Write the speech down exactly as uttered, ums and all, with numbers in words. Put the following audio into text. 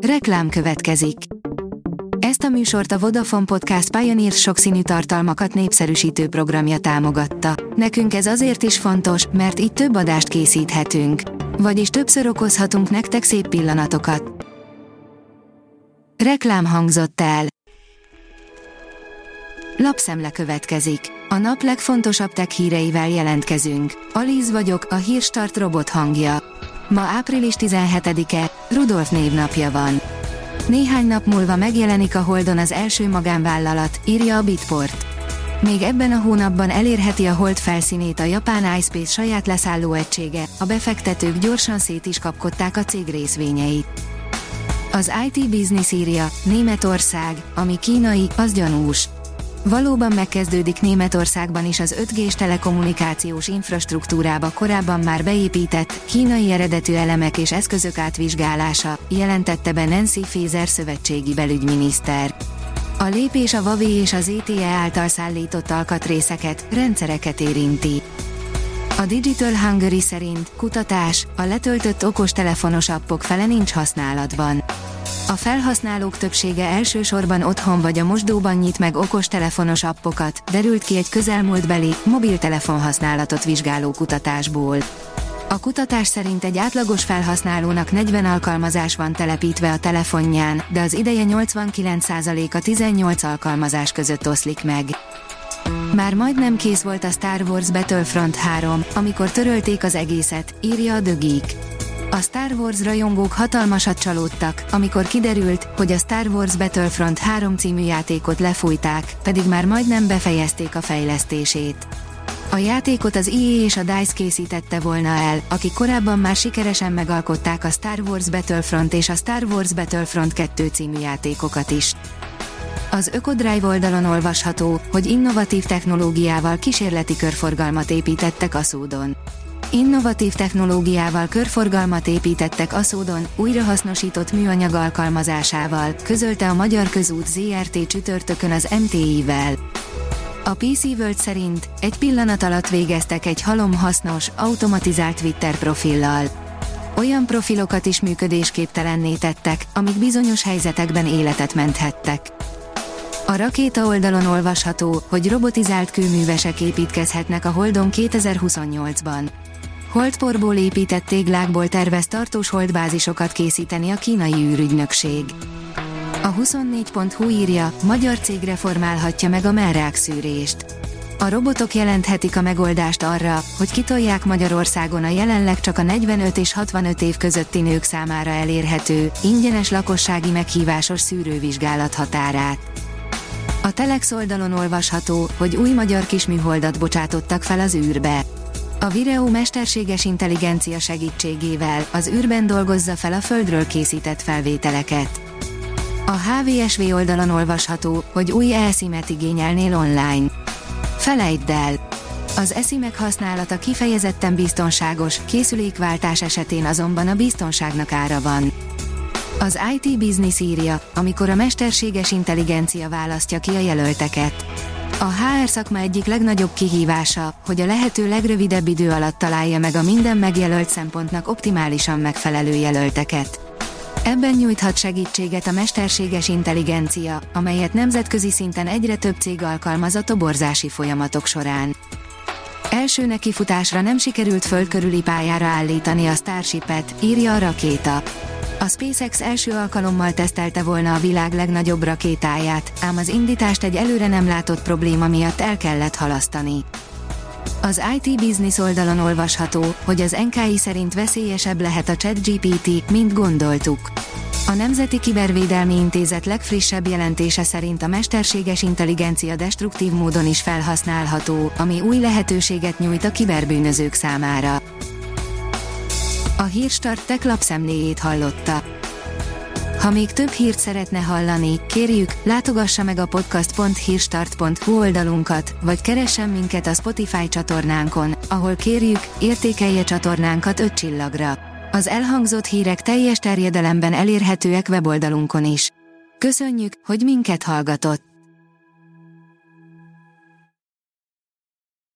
Reklám következik. Ezt a műsort a Vodafone Podcast Pioneer sokszínű tartalmakat népszerűsítő programja támogatta. Nekünk ez azért is fontos, mert így több adást készíthetünk. Vagyis többször okozhatunk nektek szép pillanatokat. Reklám hangzott el. Lapszemle következik. A nap legfontosabb tech híreivel jelentkezünk. Alíz vagyok, a Hírstart robot hangja. Ma április tizenhetedike, Rudolf névnapja van. Néhány nap múlva megjelenik a Holdon az első magánvállalat, írja a Bitport. Még ebben a hónapban elérheti a Hold felszínét a japán iSpace saját leszállóegysége, a befektetők gyorsan szét is kapkodták a cég részvényeit. Az i té Business írja, Németország, ami kínai, az gyanús. Valóban megkezdődik Németországban is az öt G-s telekommunikációs infrastruktúrába korábban már beépített, kínai eredetű elemek és eszközök átvizsgálása, jelentette be Nancy Faeser szövetségi belügyminiszter. A lépés a Huawei és az zé té e által szállított alkatrészeket, rendszereket érinti. A Digital Hungary szerint, kutatás, a letöltött okostelefonos appok fele nincs használatban. A felhasználók többsége elsősorban otthon vagy a mosdóban nyit meg okostelefonos appokat, derült ki egy közelmúltbeli, mobiltelefon használatot vizsgáló kutatásból. A kutatás szerint egy átlagos felhasználónak negyven alkalmazás van telepítve a telefonján, de az ideje nyolcvankilenc százaléka tizennyolc alkalmazás között oszlik meg. Már majdnem kész volt a Star Wars Battlefront három, amikor törölték az egészet, írja a The Geek. A Star Wars rajongók hatalmasat csalódtak, amikor kiderült, hogy a Star Wars Battlefront három című játékot lefújták, pedig már majdnem befejezték a fejlesztését. A játékot az í á és a DICE készítette volna el, akik korábban már sikeresen megalkották a Star Wars Battlefront és a Star Wars Battlefront kettő című játékokat is. Az Ökodrive oldalon olvasható, hogy innovatív technológiával kísérleti körforgalmat építettek Aszódon. Innovatív technológiával körforgalmat építettek Aszódon, újrahasznosított műanyag alkalmazásával, közölte a Magyar Közút zé er té csütörtökön az em té i-vel. A pé cé World szerint egy pillanat alatt végeztek egy halomhasznos, automatizált Twitter profillal. Olyan profilokat is működésképtelenné tettek, amik bizonyos helyzetekben életet menthettek. A rakéta oldalon olvasható, hogy robotizált kőművesek építkezhetnek a Holdon kétezer-huszonnyolcban. Holdporból épített téglákból tervez tartós holdbázisokat készíteni a kínai űrügynökség. A huszonnégy pont hu írja, magyar cég reformálhatja meg a mellrák szűrést. A robotok jelenthetik a megoldást arra, hogy kitolják Magyarországon a jelenleg csak a negyvenöt és hatvanöt év közötti nők számára elérhető, ingyenes lakossági meghívásos szűrővizsgálat határát. A Telex oldalon olvasható, hogy új magyar kisműholdat bocsátottak fel az űrbe. A Vireo mesterséges intelligencia segítségével az űrben dolgozza fel a Földről készített felvételeket. A há vé es vé oldalon olvasható, hogy új eSIM-et igényelnél online. Felejtsd el! Az eSIM-ek használata kifejezetten biztonságos, készülékváltás esetén azonban a biztonságnak ára van. Az i té Business írja, amikor a mesterséges intelligencia választja ki a jelölteket. A há er szakma egyik legnagyobb kihívása, hogy a lehető legrövidebb idő alatt találja meg a minden megjelölt szempontnak optimálisan megfelelő jelölteket. Ebben nyújthat segítséget a mesterséges intelligencia, amelyet nemzetközi szinten egyre több cég alkalmaz a toborzási folyamatok során. Első nekifutásra nem sikerült földkörüli pályára állítani a Starship-et, írja a rakéta. A SpaceX első alkalommal tesztelte volna a világ legnagyobb rakétáját, ám az indítást egy előre nem látott probléma miatt el kellett halasztani. Az i té Business oldalon olvasható, hogy az en ká i szerint veszélyesebb lehet a ChatGPT, mint gondoltuk. A Nemzeti Kibervédelmi Intézet legfrissebb jelentése szerint a mesterséges intelligencia destruktív módon is felhasználható, ami új lehetőséget nyújt a kiberbűnözők számára. A Hírstart Tech lapszemléjét hallotta. Ha még több hírt szeretne hallani, kérjük, látogassa meg a podcast pont hírstart pont hu oldalunkat, vagy keressen minket a Spotify csatornánkon, ahol kérjük, értékelje csatornánkat öt csillagra. Az elhangzott hírek teljes terjedelemben elérhetőek weboldalunkon is. Köszönjük, hogy minket hallgatott!